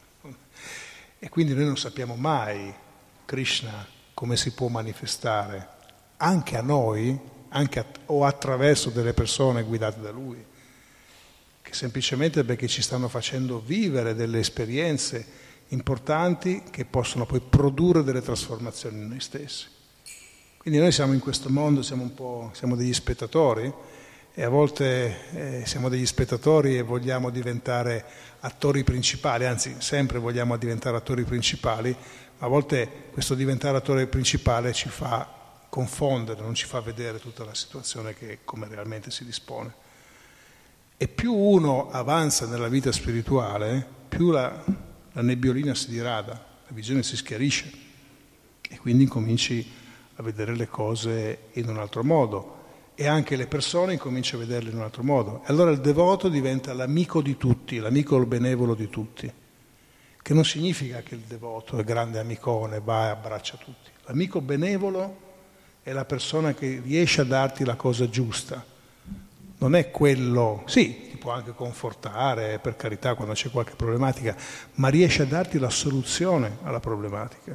E quindi noi non sappiamo mai Krishna come si può manifestare anche a noi, anche a, o attraverso delle persone guidate da lui, che semplicemente perché ci stanno facendo vivere delle esperienze importanti che possono poi produrre delle trasformazioni in noi stessi. Quindi noi siamo in questo mondo, siamo un po', siamo degli spettatori e a volte eh, siamo degli spettatori e vogliamo diventare attori principali, anzi sempre vogliamo diventare attori principali, ma a volte questo diventare attore principale ci fa confondere, non ci fa vedere tutta la situazione che come realmente si dispone. E più uno avanza nella vita spirituale, più la, la nebbiolina si dirada, la visione si schiarisce e quindi incominci a vedere le cose in un altro modo e anche le persone incominci a vederle in un altro modo. E allora il devoto diventa l'amico di tutti, l'amico benevolo di tutti, che non significa che il devoto è grande amicone, va e abbraccia tutti. L'amico benevolo è la persona che riesce a darti la cosa giusta. Non è quello, sì, ti può anche confortare, per carità, quando c'è qualche problematica, ma riesce a darti la soluzione alla problematica.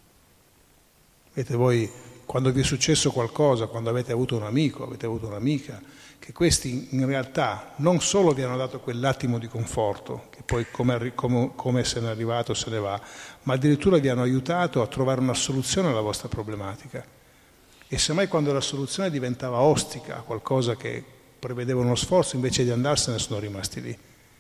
Vedete voi, quando vi è successo qualcosa, quando avete avuto un amico, avete avuto un'amica, che questi in realtà non solo vi hanno dato quell'attimo di conforto, che poi come, come, come se n'è arrivato se ne va, ma addirittura vi hanno aiutato a trovare una soluzione alla vostra problematica. E semmai quando la soluzione diventava ostica, qualcosa che prevedeva uno sforzo, invece di andarsene sono rimasti lì.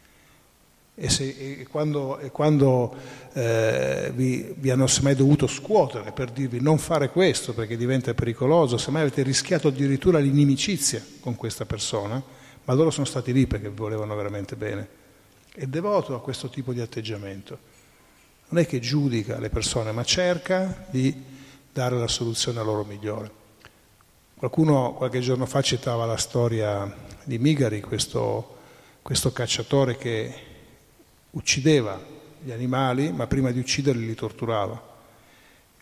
E, se, e quando, e quando eh, vi, vi hanno semmai dovuto scuotere per dirvi non fare questo perché diventa pericoloso, semmai avete rischiato addirittura l'inimicizia con questa persona, ma loro sono stati lì perché vi volevano veramente bene. E il devoto ha questo tipo di atteggiamento. Non è che giudica le persone, ma cerca di dare la soluzione a loro migliore. Qualcuno qualche giorno fa citava la storia di Migari, questo, questo cacciatore che uccideva gli animali, ma prima di ucciderli li torturava.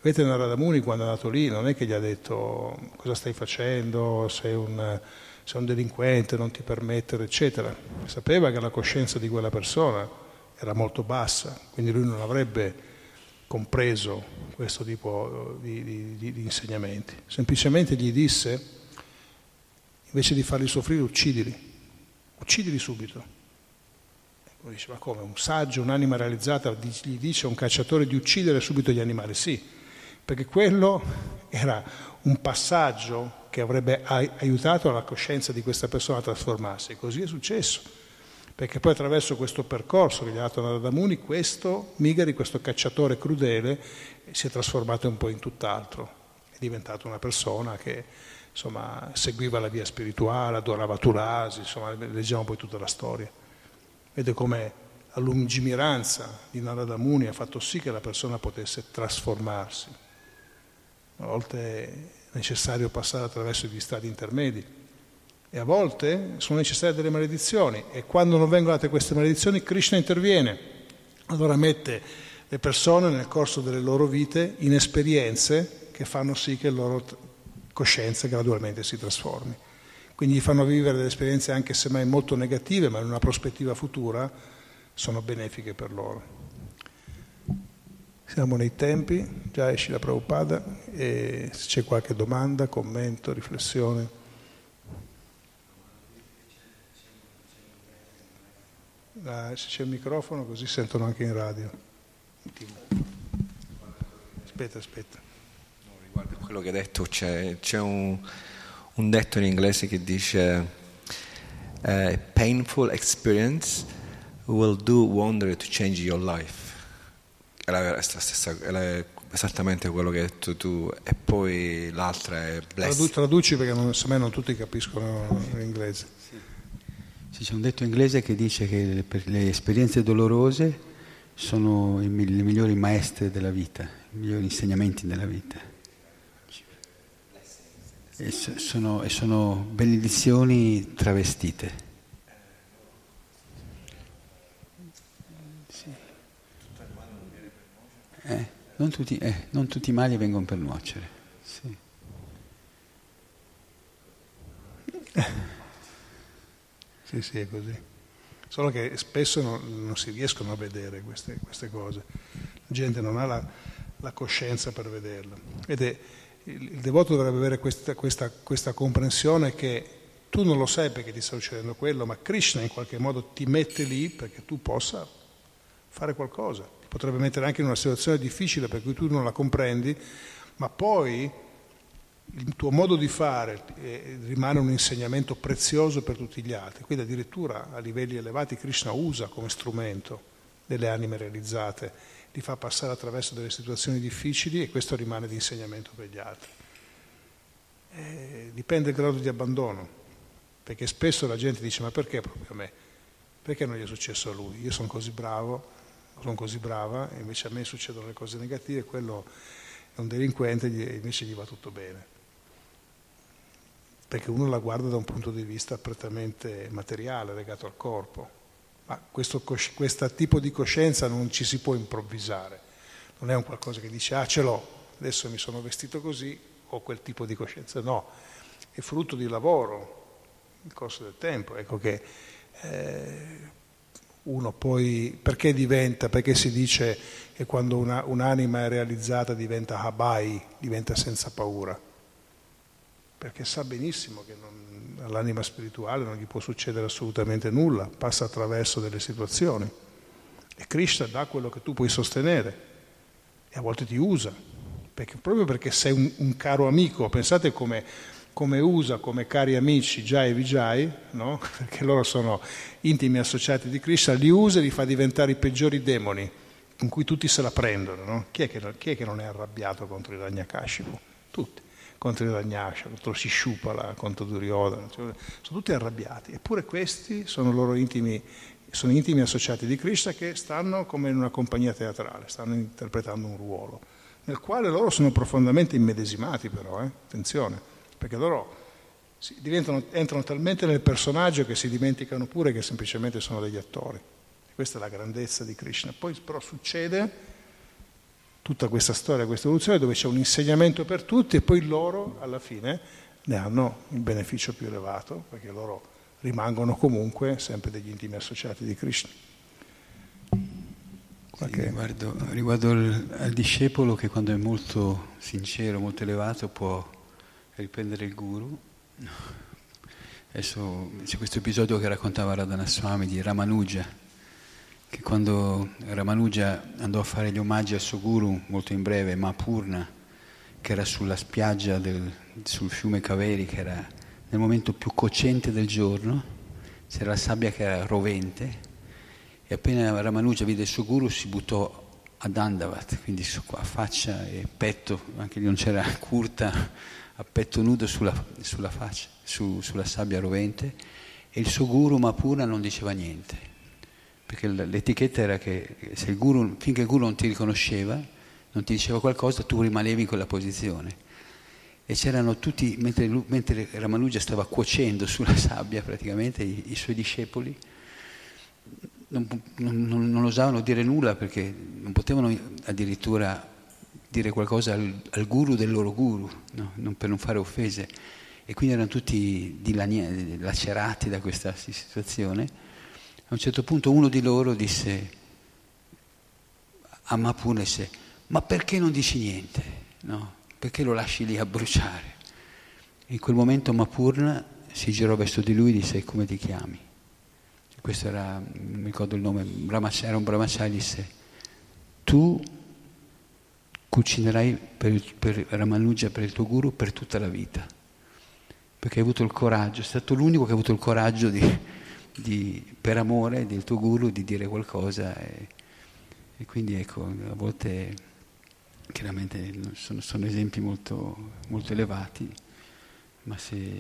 Vedete, Narada Muni quando è andato lì non è che gli ha detto cosa stai facendo, sei un, sei un delinquente, non ti permettere, eccetera. Sapeva che la coscienza di quella persona era molto bassa, quindi lui non avrebbe compreso questo tipo di, di, di, di insegnamenti. Semplicemente gli disse, invece di farli soffrire, uccidili, uccidili subito. E dice, ma come? Un saggio, un'anima realizzata gli dice a un cacciatore di uccidere subito gli animali? Sì. Perché quello era un passaggio che avrebbe aiutato la coscienza di questa persona a trasformarsi. E così è successo. Perché poi attraverso questo percorso che gli ha dato Narada Muni, questo Migari, questo cacciatore crudele, si è trasformato un po' in tutt'altro. È diventato una persona che, insomma, seguiva la via spirituale, adorava Tulasi, insomma, leggiamo poi tutta la storia. Vede come la lungimiranza di Narada Muni ha fatto sì che la persona potesse trasformarsi. A volte è necessario passare attraverso gli stadi intermedi e a volte sono necessarie delle maledizioni, e quando non vengono date queste maledizioni Krishna interviene, allora mette le persone nel corso delle loro vite in esperienze che fanno sì che la loro coscienza gradualmente si trasformi, quindi gli fanno vivere delle esperienze anche semmai molto negative, ma in una prospettiva futura sono benefiche per loro. Siamo nei tempi, già esci la Prabhupada, e se c'è qualche domanda, commento, riflessione. Ah, se c'è il microfono così sentono anche in radio. Aspetta, aspetta.
No, riguardo a quello che hai detto, c'è, c'è un, un detto in inglese che dice uh, painful experience will do wonder to change your life. È, la, è, la stessa, è la, esattamente quello che hai detto tu, e poi l'altra è blessing.
Traduci perché non, secondo me non tutti capiscono l'inglese.
Sì. Sì, c'è un detto inglese che dice che le, le esperienze dolorose sono i, le migliori maestre della vita, i migliori insegnamenti della vita. E sono, e sono benedizioni travestite. Eh, non, tutti, eh, non tutti i mali vengono per nuocere. Sì.
Sì, sì, è così. Solo che spesso non, non si riescono a vedere queste, queste cose. La gente non ha la, la coscienza per vederle. Ed è, il, il devoto dovrebbe avere questa, questa, questa comprensione che tu non lo sai perché ti sta succedendo quello, ma Krishna in qualche modo ti mette lì perché tu possa fare qualcosa. Ti potrebbe mettere anche in una situazione difficile per cui tu non la comprendi, ma poi il tuo modo di fare eh, rimane un insegnamento prezioso per tutti gli altri. Quindi addirittura a livelli elevati Krishna usa come strumento delle anime realizzate, li fa passare attraverso delle situazioni difficili, e questo rimane di insegnamento per gli altri. Eh, dipende dal grado di abbandono, perché spesso la gente dice: ma perché proprio a me? Perché non gli è successo a lui? Io sono così bravo, sono così brava, e invece a me succedono le cose negative, e quello è un delinquente e invece gli va tutto bene. Perché uno la guarda da un punto di vista prettamente materiale, legato al corpo. Ma questo, questo tipo di coscienza non ci si può improvvisare. Non è un qualcosa che dice: ah, ce l'ho, adesso mi sono vestito così, ho quel tipo di coscienza. No, è frutto di lavoro nel corso del tempo. Ecco che eh, uno poi, perché diventa, perché si dice che quando una, un'anima è realizzata diventa Habai, diventa senza paura? Perché sa benissimo che non, all'anima spirituale non gli può succedere assolutamente nulla, passa attraverso delle situazioni, e Krishna dà quello che tu puoi sostenere, e a volte ti usa, perché, proprio perché sei un, un caro amico. Pensate come, come usa come cari amici Jai e Vijay, no? Perché loro sono intimi associati di Krishna, li usa e li fa diventare i peggiori demoni, con cui tutti se la prendono, no? Chi è che, chi è che non è arrabbiato contro Hiranyakashipu? Tutti. Contro Hiranyasha, contro Shishupala, contro Duryodhana, cioè, sono tutti arrabbiati, eppure questi sono loro intimi, sono intimi associati di Krishna, che stanno come in una compagnia teatrale, stanno interpretando un ruolo, nel quale loro sono profondamente immedesimati, però, eh? Attenzione, perché loro si diventano, entrano talmente nel personaggio che si dimenticano pure che semplicemente sono degli attori. E questa è la grandezza di Krishna. Poi però succede tutta questa storia, questa evoluzione, dove c'è un insegnamento per tutti e poi loro alla fine ne hanno il beneficio più elevato, perché loro rimangono comunque sempre degli intimi associati di Krishna.
Sì, riguardo, riguardo al, al discepolo che quando è molto sincero, molto elevato, può riprendere il guru. Adesso c'è questo episodio che raccontava Radhana Swami di Ramanuja, che quando Ramanuja andò a fare gli omaggi al suo guru, molto in breve, Mahapurna, che era sulla spiaggia del, sul fiume Kaveri, che era nel momento più cocente del giorno, c'era la sabbia che era rovente, e appena Ramanuja vide il suo guru si buttò a Dandavat, quindi a faccia e petto, anche lì non c'era curta, a petto nudo sulla, sulla faccia, su, sulla sabbia rovente, e il suo guru Mahapurna non diceva niente, perché l'etichetta era che se il guru, finché il guru non ti riconosceva, non ti diceva qualcosa, tu rimanevi in quella posizione. E c'erano tutti, mentre, mentre Ramanuja stava cuocendo sulla sabbia praticamente, i, i suoi discepoli non, non, non osavano dire nulla, perché non potevano addirittura dire qualcosa al, al guru del loro guru, no? Non per non fare offese. E quindi erano tutti dilani- lacerati da questa situazione. A un certo punto uno di loro disse a Mahapurna: ma perché non dici niente? No? Perché lo lasci lì a bruciare? In quel momento Mahapurna si girò verso di lui e disse: come ti chiami? Questo era, non mi ricordo il nome, era un brahmacharya, disse: tu cucinerai per, per Ramanuja, per il tuo guru, per tutta la vita, perché hai avuto il coraggio, è stato l'unico che ha avuto il coraggio di, di, per amore del tuo guru, di dire qualcosa. E, e quindi ecco, a volte chiaramente sono, sono esempi molto, molto elevati, ma se,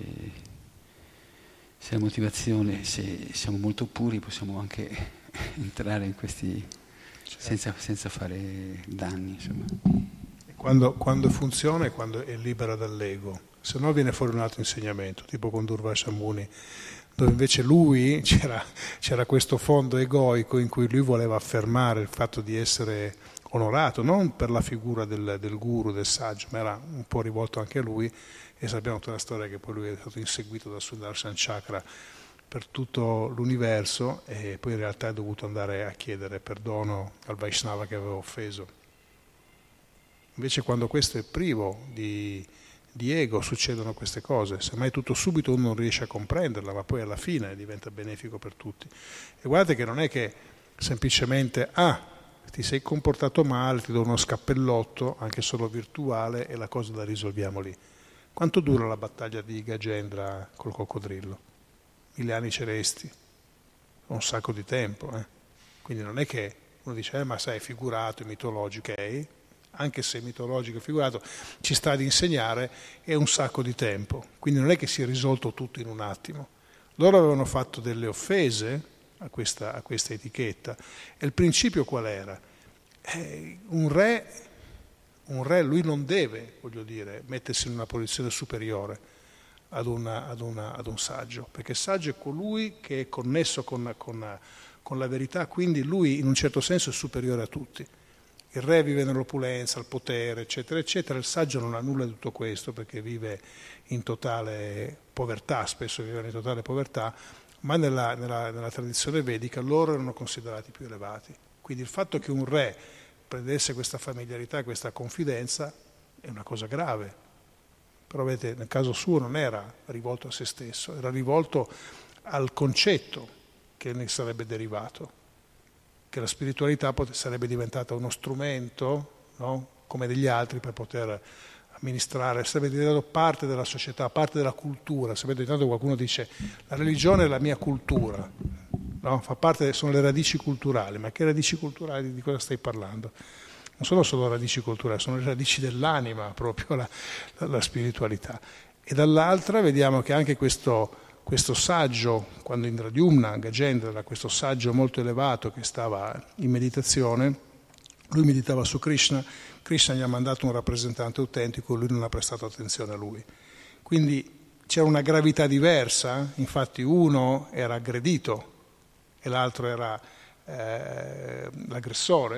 se la motivazione, se siamo molto puri, possiamo anche entrare in questi, certo, senza, senza fare danni, insomma.
Quando, quando funziona è quando è libera dall'ego, se no viene fuori un altro insegnamento, tipo con Durvasa Muni, dove invece lui c'era, c'era questo fondo egoico in cui lui voleva affermare il fatto di essere onorato, non per la figura del, del guru, del saggio, ma era un po' rivolto anche a lui, e sappiamo tutta la storia che poi lui è stato inseguito da Sudarshan Chakra per tutto l'universo, e poi in realtà è dovuto andare a chiedere perdono al Vaishnava che aveva offeso. Invece quando questo è privo di, di ego succedono queste cose, semmai tutto subito uno non riesce a comprenderla, ma poi alla fine diventa benefico per tutti. E guardate che non è che semplicemente ah, ti sei comportato male, ti do uno scappellotto, anche solo virtuale, e la cosa la risolviamo lì. Quanto dura la battaglia di Gajendra col coccodrillo? Mille anni celesti, un sacco di tempo. Eh? Quindi non è che uno dice, eh, ma sai, è figurato, è mitologico, ok? Anche se è mitologico e figurato, ci sta ad insegnare, è un sacco di tempo. Quindi non è che si è risolto tutto in un attimo. Loro avevano fatto delle offese a questa, a questa etichetta, e il principio qual era? Eh, un re, un re, lui non deve, voglio dire, mettersi in una posizione superiore ad, una, ad, una, ad un saggio, perché il saggio è colui che è connesso con, con, con la verità, quindi lui in un certo senso è superiore a tutti. Il re vive nell'opulenza, il potere, eccetera, eccetera. Il saggio non ha nulla di tutto questo, perché vive in totale povertà, spesso vive in totale povertà, ma nella, nella, nella tradizione vedica loro erano considerati più elevati. Quindi il fatto che un re prendesse questa familiarità, questa confidenza, è una cosa grave. Però vedete, nel caso suo non era rivolto a se stesso, era rivolto al concetto che ne sarebbe derivato, che la spiritualità sarebbe diventata uno strumento, no? Come degli altri, per poter amministrare, sarebbe diventato parte della società, parte della cultura. Sapete, ogni tanto qualcuno dice la religione è la mia cultura, no? Fa parte, sono le radici culturali. Ma che radici culturali, di cosa stai parlando? Non sono solo radici culturali, sono le radici dell'anima, proprio la, la, la spiritualità. E dall'altra vediamo che anche questo Questo saggio, quando Indradyumna, Gajendra, era questo saggio molto elevato che stava in meditazione, lui meditava su Krishna, Krishna gli ha mandato un rappresentante autentico, lui non ha prestato attenzione a lui. Quindi c'era una gravità diversa, infatti uno era aggredito e l'altro era eh, l'aggressore,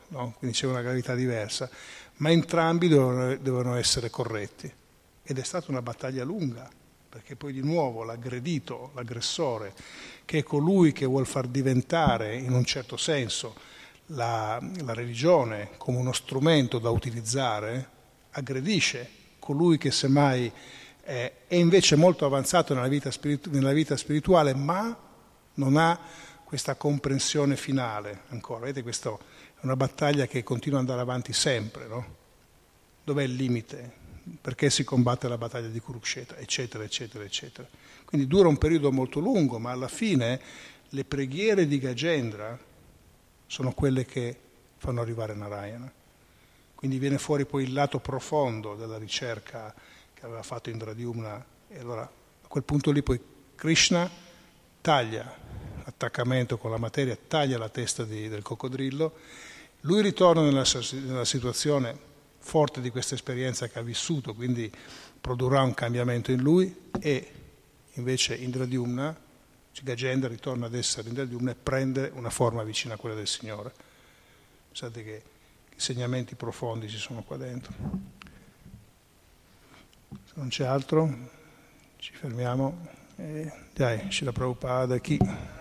no? Quindi c'è una gravità diversa, ma entrambi devono, devono essere corretti. Ed è stata una battaglia lunga, perché poi di nuovo l'aggredito, l'aggressore, che è colui che vuol far diventare in un certo senso la, la religione come uno strumento da utilizzare, aggredisce colui che semmai è, è invece molto avanzato nella vita, spiritu- nella vita spirituale, ma non ha questa comprensione finale ancora. Vedete, questa è una battaglia che continua ad andare avanti sempre, no? Dov'è il limite? Perché si combatte la battaglia di Kurukshetra, eccetera, eccetera, eccetera. Quindi dura un periodo molto lungo, ma alla fine le preghiere di Gajendra sono quelle che fanno arrivare Narayana. Quindi viene fuori poi il lato profondo della ricerca che aveva fatto Indradyumna, e allora a quel punto lì poi Krishna taglia l'attaccamento con la materia, taglia la testa di, del coccodrillo, lui ritorna nella, nella situazione forte di questa esperienza che ha vissuto, quindi produrrà un cambiamento in lui, e invece Indradyumna, Gajendra ritorna ad essere Indradyumna e prende una forma vicina a quella del Signore. Pensate che insegnamenti profondi ci sono qua dentro. Se non c'è altro ci fermiamo e dai, Srila Prabhupada chi?